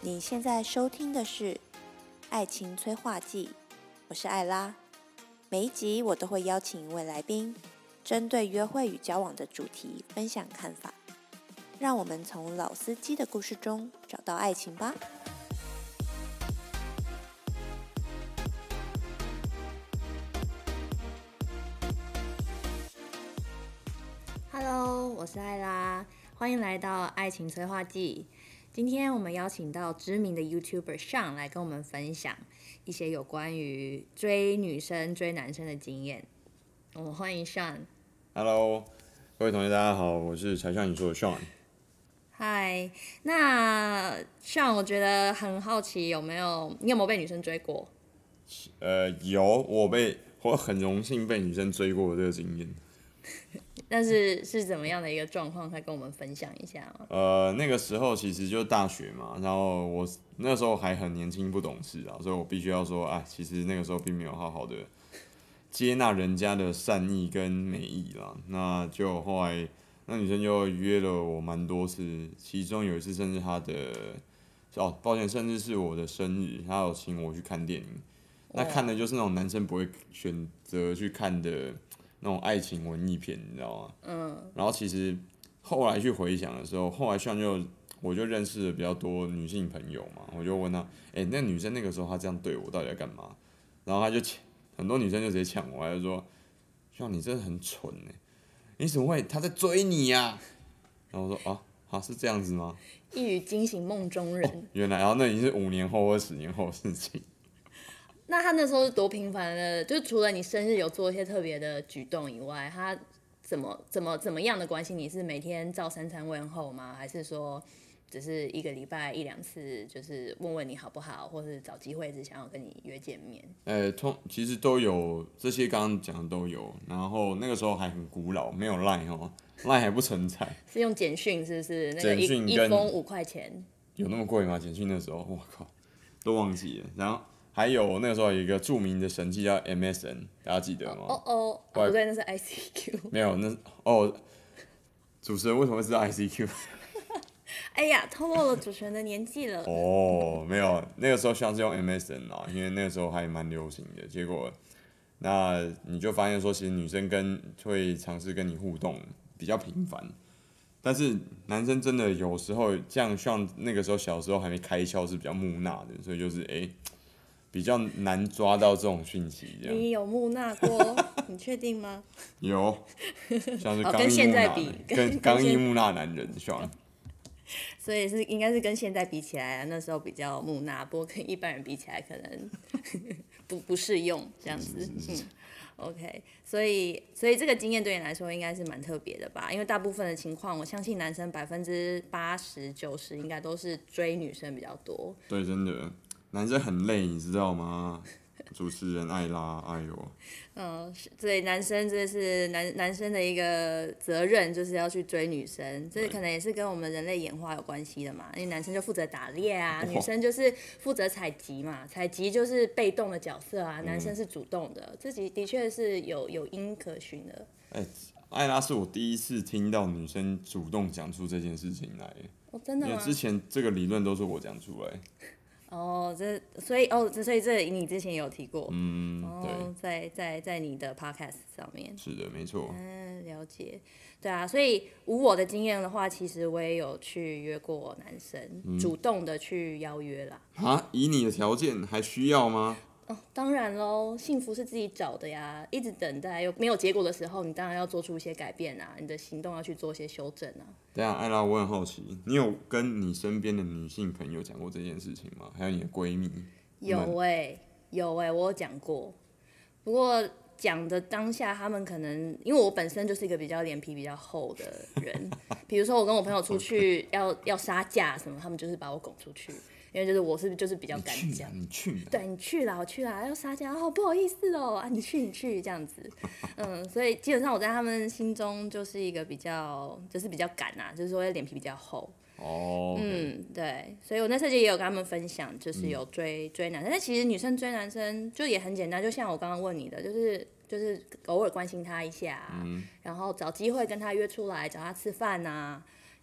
你现在收听的是《爱情催化剂》，我是艾拉。每一集我都会邀请一位来宾，针对约会与交往的主题分享看法。让我们从老司机的故事中找到爱情吧。Hello， 我是艾拉，欢迎来到爱情催化剂。今天我们邀请到知名的 YouTuber Sean 来跟我们分享一些有关于追女生、追男生的经验。我们欢迎 Sean。 Hello， 各位同学，大家好，我是才像你说的 Sean。 嗨，那 Sean， 我觉得很好奇，你有没有被女生追过？ 有，我很荣幸被女生追过的这个经验。 但是怎么样的一个状况，可以跟我们分享一下吗？ 那个时候其实就大学嘛，然后我那时候还很年轻不懂事啊，所以我必须要说，其实那个时候并没有好好的接纳人家的善意跟美意啦。那就后来那女生就约了我蛮多次，其中有一次甚至甚至是我的生日，她有请我去看电影。那看的就是那种男生不会选择去看的那种爱情文艺片，你知道吗？然后其实后来去回想的时候，后来我就认识了比较多女性朋友嘛，我就问她，那女生那个时候她这样对我到底在干嘛？然后很多女生就直接抢我，她就说，像你真的很蠢欸，你怎么会她在追你呀？然后我说是这样子吗？ 一语惊醒梦中人。 原来，然后那已经是5年后或10年后的事情。 那他那时候是多频繁的，就除了你生日有做一些特别的举动以外，他怎么样的关心你？是每天照3餐问候吗？还是说只是1个礼拜1-2次，就是问问你好不好，或是找机会只想要跟你约见面？ 其实都有，这些刚刚讲的都有。然后那个时候还很古老，没有 Line 还不存在。 是用简讯是不是？那个简讯一封5块钱。 有那么贵吗？简讯那时候，我靠，都忘记了。然后还有那个时候有一个著名的神器叫 MSN， 大家记得吗？ 不对，那是 ICQ。 没有，主持人为什么会知道 ICQ？ 哎呀，透露了主持人的年纪了。 没有，那个时候像是用 MSN 啊，因为那个时候还蛮流行的。结果，那你就发现说，其实女生会尝试跟你互动比较频繁，但是男生真的有时候像那个时候小时候还没开窍，是比较木讷的，所以就是比较难抓到这种讯息。 你有木讷过？你确定吗？ 有，像是刚毅木讷男人，是吧？ 所以应该是跟现在比起来，那时候比较木讷，不过跟一般人比起来，可能不适用这样子。OK， 所以这个经验对你来说应该是蛮特别的吧？因为大部分的情况，我相信男生80%-90%应该都是追女生比较多。 对，真的，男生很累，你知道吗？主持人艾拉，哎呦。 所以男生这是男生的一个责任，就是要去追女生，这可能也是跟我们人类演化有关系的嘛。因为男生就负责打猎啊，女生就是负责采集嘛，采集就是被动的角色啊，男生是主动的，这的确是有因可循的。 艾拉是我第一次听到女生主动讲出这件事情来。 真的吗？ 因为之前这个理论都是我讲出来。 所以这你之前有提过。 对， 在你的 podcast 上面。 是的，没错。 了解。对啊，所以无我的经验的话，其实我也有去约过男生，主动的去邀约啦。 以你的条件还需要吗？ 当然咯，幸福是自己找的呀。一直等待又没有结果的时候，你当然要做出一些改变啊，你的行动要去做一些修正啊。 对啊，艾拉，我很好奇，你有跟你身边的女性朋友讲过这件事情吗？还有你的闺蜜？ 有我有讲过。不过讲的当下，他们可能因为我本身就是一个比较脸皮比较厚的人，比如说我跟我朋友出去要杀价什么，他们就是把我拱出去。因为就是我就是比较敢讲， 你去， 对，你去啦，我去啦，要杀价，不好意思哦，你去这样子，所以基本上我在他们心中就是一个比较敢啊，就是说脸皮比较厚。对，所以我那次也有跟他们分享，就是有追男生，但其实女生追男生就也很简单，就像我刚刚问你的，就是偶尔关心他一下，然后找机会跟他约出来，找他吃饭啊。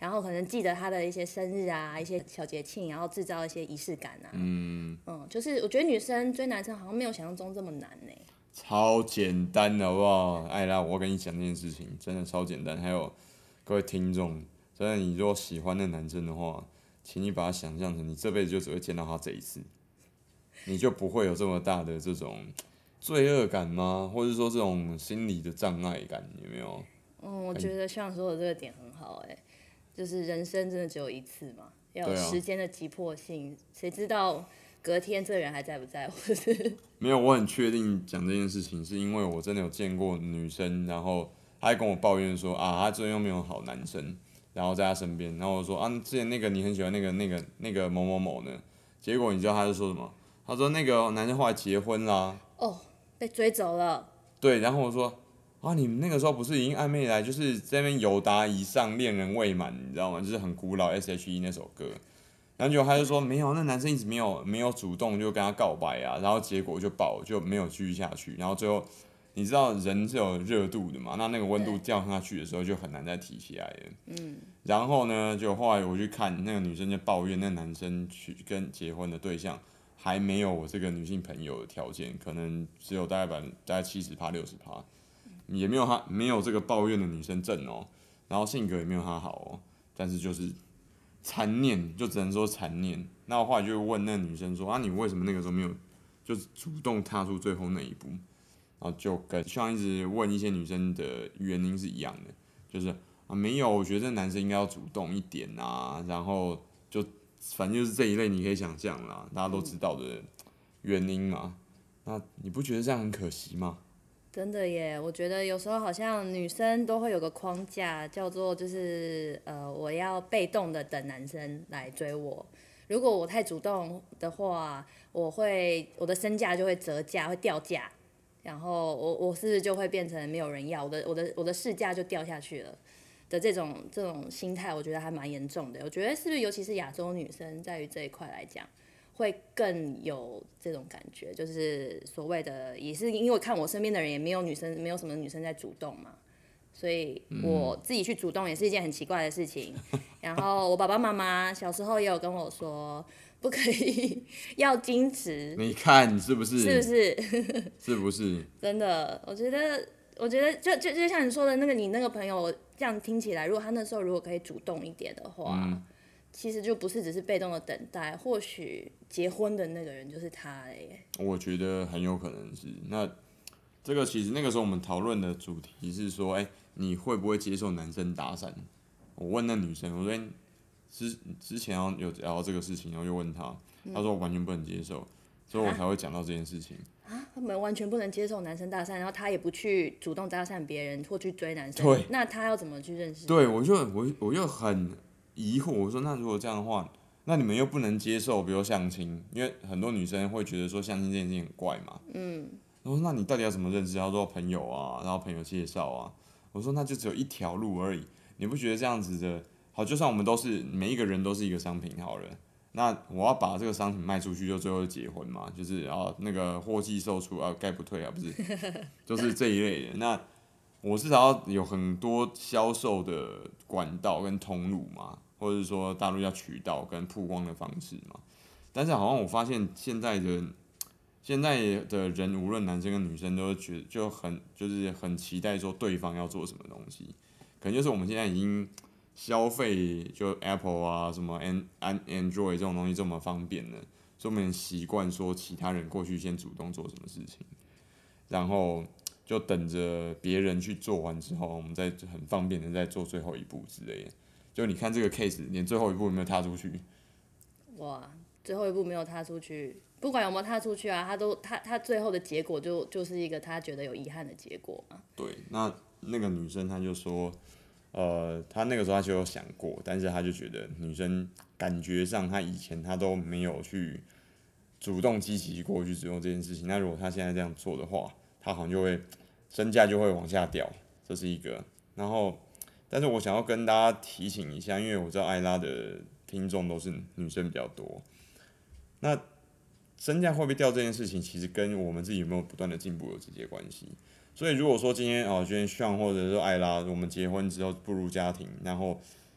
然后可能记得他的一些生日啊，一些小节庆，然后制造一些仪式感啊。就是我觉得女生追男生好像没有想象中这么难呢。 超简单的好不好？艾拉，我跟你讲这件事情真的超简单。还有各位听众，真的你如果喜欢那男生的话，请你把他想象成你这辈子就只会见到他这一次，你就不会有这么大的这种罪恶感吗？或者说这种心理的障碍感有没有？ 我觉得像说的这个点很好就是人生真的只有一次嘛，要有时间的急迫性，谁知道隔天这个人还在不在，或者是没有，我很确定讲这件事情，是因为我真的有见过女生，然后她还跟我抱怨说啊，她最近又没有好男生，然后在她身边，然后我说啊，之前那个你很喜欢那个某某某呢，结果你知道她就说什么？她说那个男生后来结婚啦， 被追走了。 对，然后我说啊，你们那个时候不是已经暧昧来，就是在那边友达以上，恋人未满，你知道吗？就是很古老 S.H.E 那首歌。然后结果他就说没有，那男生一直没有主动就跟他告白啊，然后结果就爆，就没有继续下去，然后最后你知道人是有热度的嘛，那个温度掉下去的时候就很难再提起来了。然后呢，就后来我去看那个女生就抱怨那男生去跟结婚的对象还没有我这个女性朋友的条件，可能只有大概70%、60%，也没有这个抱怨的女生正哦，然后性格也没有她好哦，但是就是残念，就只能说残念。那我后来就问那女生说啊，你为什么那个时候没有就是主动踏出最后那一步？然后就跟像一直问一些女生的原因是一样的，就是啊没有，我觉得这男生应该要主动一点啊，然后就反正就是这一类你可以想象啦，大家都知道的原因嘛。那你不觉得这样很可惜吗？ 真的耶，我觉得有时候好像女生都会有个框架，叫做就是我要被动的等男生来追我。如果我太主动的话，我的身价就会折价，会掉价，然后我是不是就会变成没有人要，我的市价就掉下去了的这种心态，我觉得还蛮严重的。我觉得是不是尤其是亚洲女生在于这一块来讲，会更有这种感觉，就是所谓的，也是因为看我身边的人也没有什么女生在主动嘛，所以我自己去主动也是一件很奇怪的事情。然后我爸爸妈妈小时候也有跟我说，不可以要矜持。 你看是不是？ 是不是？ 是不是？ 真的，我觉得就像你说的那个，你那个朋友这样听起来，如果他那时候如果可以主动一点的话。其实就不是只是被动的等待，或许结婚的那个人就是他了耶。 我觉得很有可能是。那这个其实那个时候我们讨论的主题是说，你会不会接受男生搭讪？我问那女生，我说，之前有聊到这个事情，然后就问她，她说我完全不能接受，所以我才会讲到这件事情。 他们完全不能接受男生搭讪，然后他也不去主动搭讪别人或去追男生。 对。 那他要怎么去认识？ 对，我就很疑惑，我说那如果这样的话，那你们又不能接受，比如相亲，因为很多女生会觉得说相亲这件事情很怪嘛。我说那你到底要怎么认识？他说朋友啊，然后朋友介绍啊。我说那就只有一条路而已，你不觉得这样子的好？就算我们都是每一个人都是一个商品好了，那我要把这个商品卖出去，就最后结婚嘛，就是那个货季售出概不退啊，不是，就是这一类的。那我至少要有很多销售的管道跟通路嘛，或者是说大陆要渠道跟曝光的方式嘛。但是好像我发现现在的人，无论男生跟女生，都觉得就是很期待说对方要做什么东西，可能就是我们现在已经消费就 Apple 啊什么 Android 这种东西这么方便了，所以我们习惯说其他人过去先主动做什么事情，然后就等着别人去做完之后，我们再很方便的再做最后一步之类的。就你看这个 case， 连最后一步有没有踏出去？ 哇，最后一步没有踏出去，不管有没有踏出去啊，他最后的结果就是一个他觉得有遗憾的结果嘛。 对，那个女生她就说，她那个时候她就有想过，但是她就觉得女生感觉上她以前她都没有去主动积极过去做这件事情，那如果她现在这样做的话，她好像就会身价就会往下掉，这是一个。然后，但是我想要跟大家提醒一下，因为我知道艾拉的听众都是女生比较多，那身价会不会掉这件事情，其实跟我们自己有没有不断的进步有直接关系。所以如果说今天Sean 或者说艾拉，我们结婚之后步入家庭，然后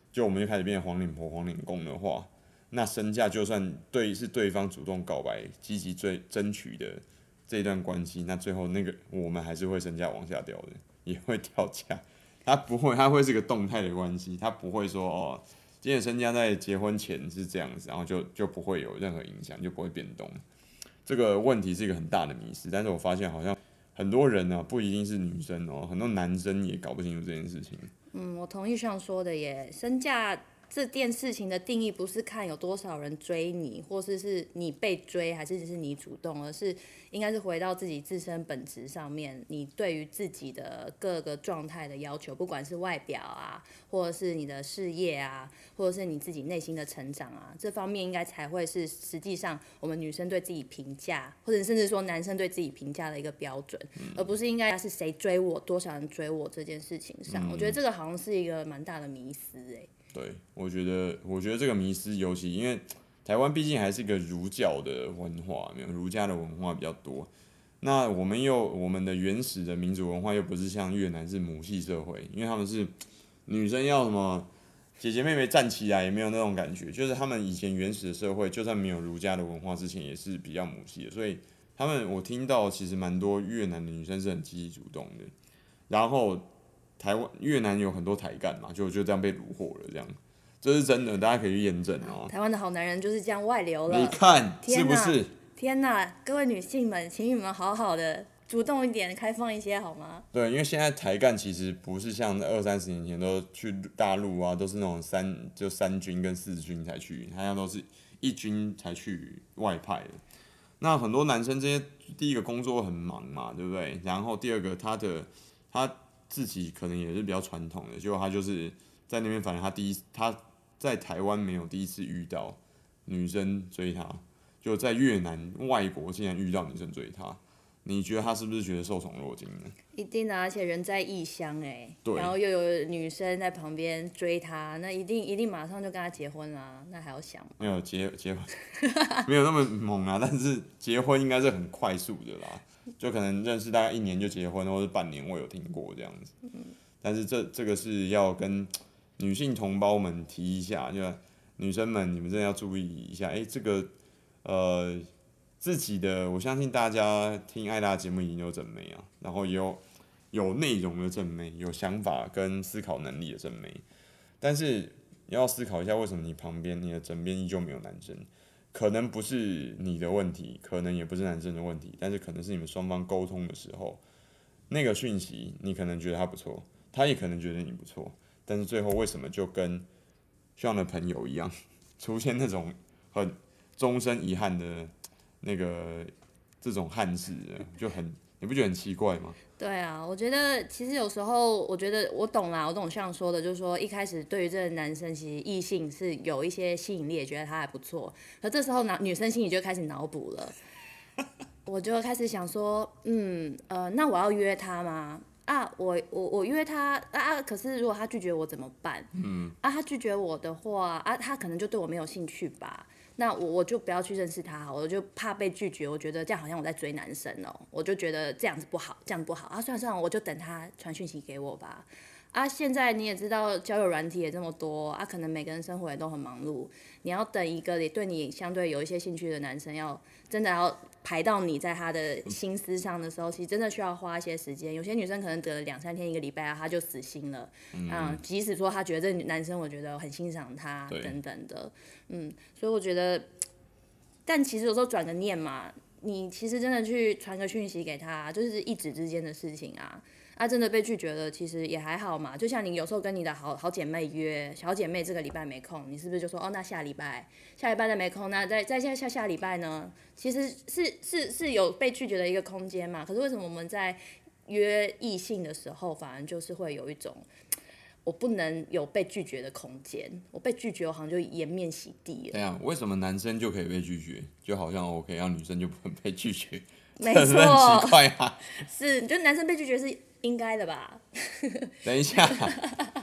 就我们就开始变成黄脸婆、黄脸公的话，那身价就算是对方主动告白、积极争取的这段关系，那最后那个我们还是会身价往下掉的，也会掉价。它不会，它会是个动态的关系，它不会说哦，今天的身价在结婚前是这样子，然后就不会有任何影响，就不会变动。这个问题是一个很大的迷思，但是我发现好像很多人呢、不一定是女生哦，很多男生也搞不清楚这件事情。 我同意上说的耶，身价这件事情的定义不是看有多少人追你，或是你被追，还是你主动，而是应该是回到自己自身本质上面，你对于自己的各个状态的要求，不管是外表啊，或者是你的事业啊，或者是你自己内心的成长啊，这方面应该才会是实际上我们女生对自己评价，或者甚至说男生对自己评价的一个标准，而不是应该是谁追我，多少人追我这件事情上。我觉得这个好像是一个蛮大的迷思欸。 对，我觉得这个迷思尤其因为台湾毕竟还是一个儒教的文化，没有儒家的文化比较多。那我们的原始的民族文化又不是像越南是母系社会，因为他们是女生要什么姐姐妹妹站起来也没有那种感觉，就是他们以前原始的社会，就算没有儒家的文化之前也是比较母系的，所以我听到其实蛮多越南的女生是很积极主动的，然后越南有很多台干嘛，就这样被虏获了，这样这是真的，大家可以去验证哦。 台湾的好男人就是这样外流了， 你看是不是？ 天哪，各位女性们，请你们好好的主动一点，开放一些好吗？ 对，因为现在台干其实不是像20-30年前都去大陆啊，都是那种三军跟4军才去，好像都是1军才去外派的。那很多男生这些第一个工作很忙嘛，对不对？然后第二个他自己可能也是比较传统的，结果他就是在那边，反正他在台湾没有第一次遇到女生追他，就在越南外国竟然遇到女生追他，你觉得他是不是觉得受宠若惊呢？ 一定的，而且人在异乡对， 然后又有女生在旁边追他，那一定马上就跟他结婚啦，那还要想吗？ 没有结婚，没有那么猛啊，但是结婚应该是很快速的啦。就可能认识大概1年就结婚，或是半年，我有听过这样子。但是这个是要跟女性同胞们提一下，就女生们，你们真的要注意一下。这个自己的，我相信大家听艾拉节目已经有正妹啊，然后有内容的正妹，有想法跟思考能力的正妹，但是你要思考一下，为什么你的枕边依旧没有男生？可能不是你的问题，可能也不是男生的问题，但是可能是你们双方沟通的时候，那个讯息你可能觉得他不错，他也可能觉得你不错，但是最后为什么就跟像的朋友一样，出现那种很终身遗憾的这种憾事，你不觉得很奇怪吗？ 对啊，我觉得其实有时候，我觉得我懂啦，我懂像说的，就是说一开始对于这个男生，其实异性是有一些吸引力，也觉得他还不错，可这时候女生心里就开始脑补了，我就开始想说，那我要约他吗？啊，我约他啊，可是如果他拒绝我怎么办？他拒绝我的话，他可能就对我没有兴趣吧。那我就不要去认识他好，我就怕被拒绝，我觉得这样好像我在追男生哦，我就觉得这样子不好，这样不好啊，算了，我就等他传讯息给我吧。现在你也知道交友软体也这么多可能每个人生活也都很忙碌，你要等一个也对你相对有一些兴趣的男生，真的要排到你在他的心思上的时候，其实真的需要花一些时间。有些女生可能隔了2-3天、1个礼拜她就死心了。即使说她觉得这男生，我觉得很欣赏他等等的，所以我觉得，但其实有时候转个念嘛，你其实真的去传个讯息给他，就是一指之间的事情啊。真的被拒绝了，其实也还好嘛。就像你有时候跟你的好姐妹约，小姐妹这个礼拜没空，你是不是就说那下礼拜再没空，那再下礼拜呢？其实是有被拒绝的一个空间嘛。可是为什么我们在约异性的时候，反而就是会有一种我不能有被拒绝的空间，我被拒绝我好像就颜面洗地了。 对啊，为什么男生就可以被拒绝，就好像 OK， 让女生就不能被拒绝？ 没错， 很奇怪啊。 是，你觉得男生被拒绝是应该的吧？ 等一下，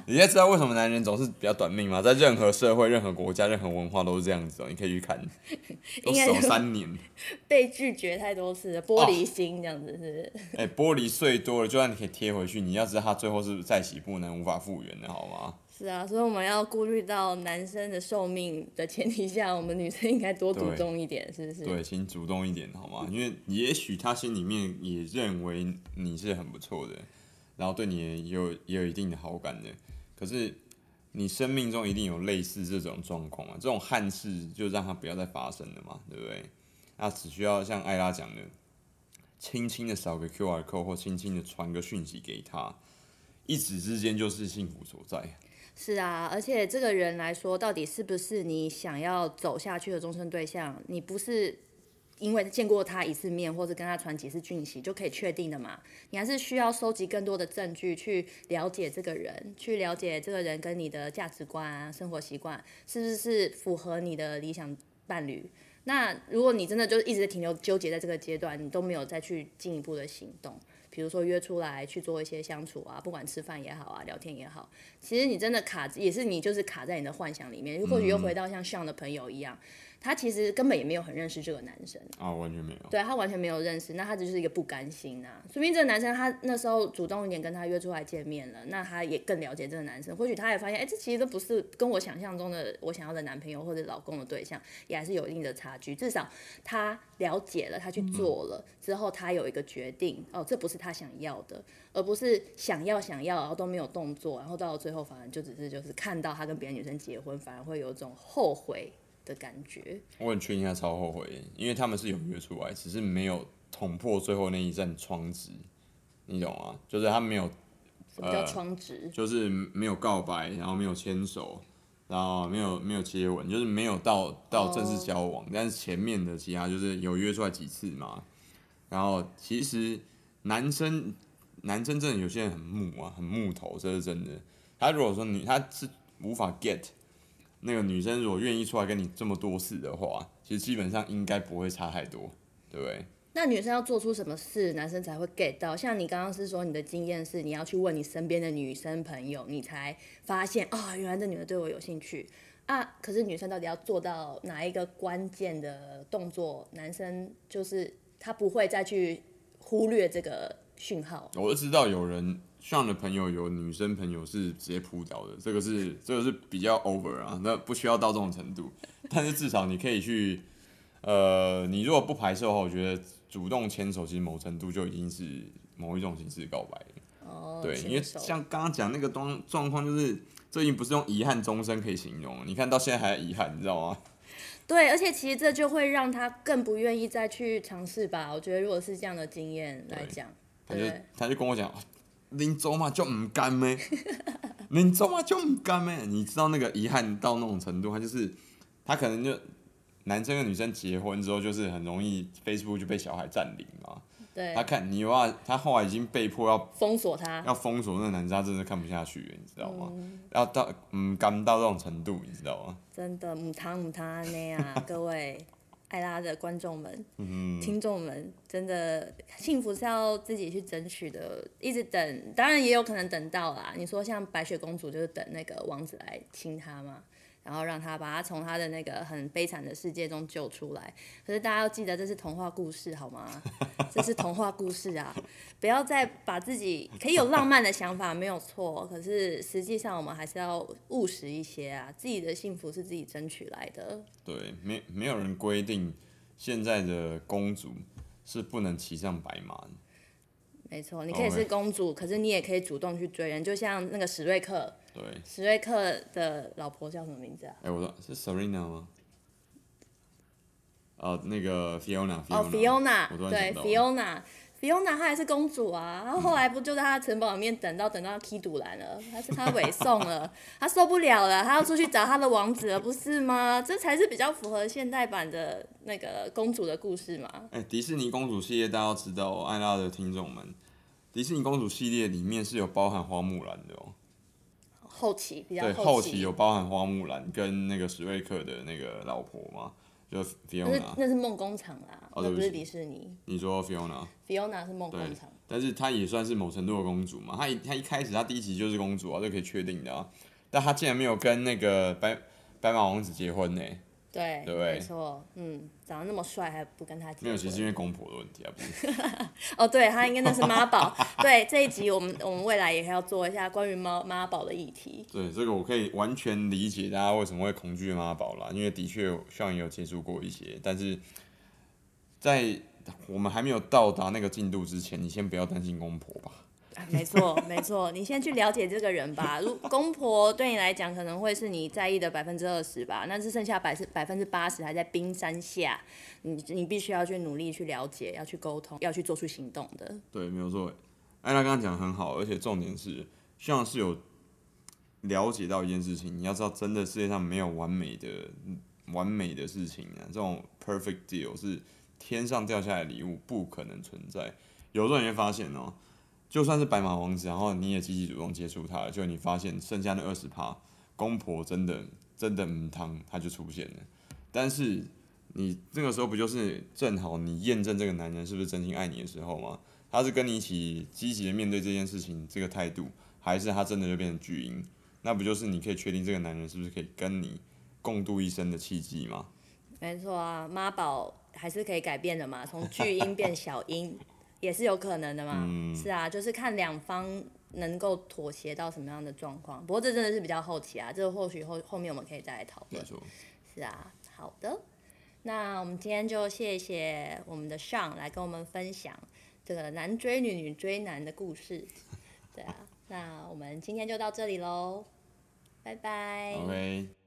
你现在知道为什么男人总是比较短命吗？在任何社会、任何国家、任何文化都是这样子哦。你可以去看，都守3年。 被拒绝太多次了，玻璃心这样子是。 玻璃碎多了，就算你可以贴回去，你要知道他最后是再起不能，无法复原的，好吗？ 是啊，所以我们要顾虑到男生的寿命的前提下，我们女生应该多主动一点，是不是？ 对，请主动一点，好吗？因为也许他心里面也认为你是很不错的，然后对你也有一定的好感的。可是你生命中一定有类似这种状况啊，这种憾事就让它不要再发生了嘛，对不对？那只需要像艾拉讲的，轻轻的扫个 QR code 或轻轻的传个讯息给他，一指之间就是幸福所在。 是啊，而且这个人来说，到底是不是你想要走下去的终身对象？你不是因为见过他一次面，或者跟他传几次讯息就可以确定的嘛？你还是需要收集更多的证据，去了解这个人，去了解这个人跟你的价值观啊、生活习惯是不是符合你的理想伴侣。那如果你真的就一直停留纠结在这个阶段，你都没有再去进一步的行动，比如说约出来去做一些相处啊，不管吃饭也好啊，聊天也好，其实你真的也是你就是卡在你的幻想里面，或许又回到像Sean的朋友一样，他其实根本也没有很认识这个男生啊，完全没有。 对，他完全没有认识，那他只是一个不甘心啊。说明这个男生他那时候主动一点跟他约出来见面了，那他也更了解这个男生，或许他也发现，这其实都不是跟我想象中的我想要的男朋友或者老公的对象，也还是有一定的差距。至少他了解了，他去做了之后，他有一个决定，这不是他想要的，而不是想要，然后都没有动作，然后到最后反而就是看到他跟别的女生结婚，反而会有一种后悔的感觉。 我很确定他超后悔，因为他们是有约出来，只是没有捅破最后那一扇窗纸，你懂吗？就是他没有， 什么叫窗纸？ 就是没有告白，然后没有牵手，然后没有接吻，就是没有到正式交往。但是前面的其他就是有约出来几次嘛。然后其实男生真的有些人很木啊，很木头，这是真的。他如果说他是无法 get。那个女生如果愿意出来跟你这么多次的话，其实基本上应该不会差太多，对不对？ 那女生要做出什么事，男生才会 get 到？像你刚刚是说你的经验是，你要去问你身边的女生朋友，你才发现原来这女的对我有兴趣啊。可是女生到底要做到哪一个关键的动作，男生就是他不会再去忽略这个讯号。 我就知道有人。Sean 的朋友有女生朋友是直接扑倒的，这个是比较 over 啊，那不需要到这种程度，但是至少你可以去，你如果不排斥的话，我觉得主动牵手其实某程度就已经是某一种形式的告白了。对，因为像刚刚讲那个状况，就是这已经不是用遗憾终身可以形容了，你看到现在还遗憾，你知道吗？ 对，而且其实这就会让他更不愿意再去尝试吧。我觉得如果是这样的经验来讲， 他就跟我讲。恁做嘛就唔甘咩？恁做嘛就唔甘咩？你知道那个遗憾到那种程度，他可能就男生跟女生结婚之后，就是很容易 Facebook 就被小孩占领嘛。 对。 他看你话，他后来已经被迫要封锁他， 要封锁那个男生，他真的看不下去，你知道吗？要到甘到这种程度，你知道吗？ 真的唔汤那样，各位。艾拉的观众们、听众们，真的幸福是要自己去争取的，一直等，当然也有可能等到啦。你说像白雪公主就是等那个王子来亲她嘛，然后让他把他从他的那个很悲惨的世界中救出来。可是大家要记得，这是童话故事好吗？这是童话故事啊！不要再把自己可以有浪漫的想法，没有错。可是实际上我们还是要务实一些啊，自己的幸福是自己争取来的。 对，没有人规定现在的公主是不能骑上白马的。 没错，你可以是公主，可是你也可以主动去追人，就像那个史瑞克。 对， 史瑞克的老婆叫什么名字啊？ 我说是 Serena 吗？那个 Fiona。 Fiona， 对 Fiona 她还是公主啊。她后来不就在她的城堡里面等到踢赌篮了，她委送了，她受不了了，她要出去找她的王子了，不是吗？这才是比较符合现代版的那个公主的故事嘛。 迪士尼公主系列大家要知道，艾拉的听众们，迪士尼公主系列里面是有包含花木兰的哦。 后期比较对，后期有包含花木兰跟那个史瑞克的那个老婆嘛。 就 Fiona， 那是梦工厂啦，那不是迪士尼。 你说 Fiona 是梦工厂， 但是她也算是某程度的公主嘛。她一开始她第一集就是公主啊，这可以确定的啊。但她竟然没有跟那个白马王子结婚呢？ 对， 对不对？ 没错，长得那么帅还不跟他结婚？ 没有，其实因为公婆的问题啊，不是。 哦，对，他应该那是妈宝。对，这一集我们未来也要做一下关于妈宝的议题。 对，这个我可以完全理解大家为什么会恐惧妈宝啦，因为的确像也有接触过一些，但是在我们还没有到达那个进度之前，你先不要担心公婆吧。 没错，你先去了解这个人吧。公婆对你来讲可能会是你在意的20%吧，那是剩下80%还在冰山下，你必须要去努力去了解，要去沟通，要去做出行动的。 对，没有错。艾拉刚刚讲得很好，而且重点是，像是有了解到一件事情，你要知道，真的世界上没有完美的事情啊，这种 perfect deal 是天上掉下来的礼物，不可能存在。有时候你会发现哦。就算是白马王子，然后你也积极主动接触他了，就你发现剩下那20%，公婆真的母汤，他就出现了。但是你这个时候不就是正好你验证这个男人是不是真心爱你的时候吗？他是跟你一起积极的面对这件事情这个态度，还是他真的就变成巨婴？那不就是你可以确定这个男人是不是可以跟你共度一生的契机吗？ 没错啊，妈宝还是可以改变的嘛，从巨婴变小婴。也是有可能的嘛，是啊，就是看两方能够妥协到什么样的状况。不过这真的是比较后期啊，这个或许后面我们可以再来讨论。 没错。 是啊，好的，那我们今天就谢谢我们的Sean来跟我们分享这个男追女、女追男的故事。对啊，那我们今天就到这里喽，拜拜。 OK。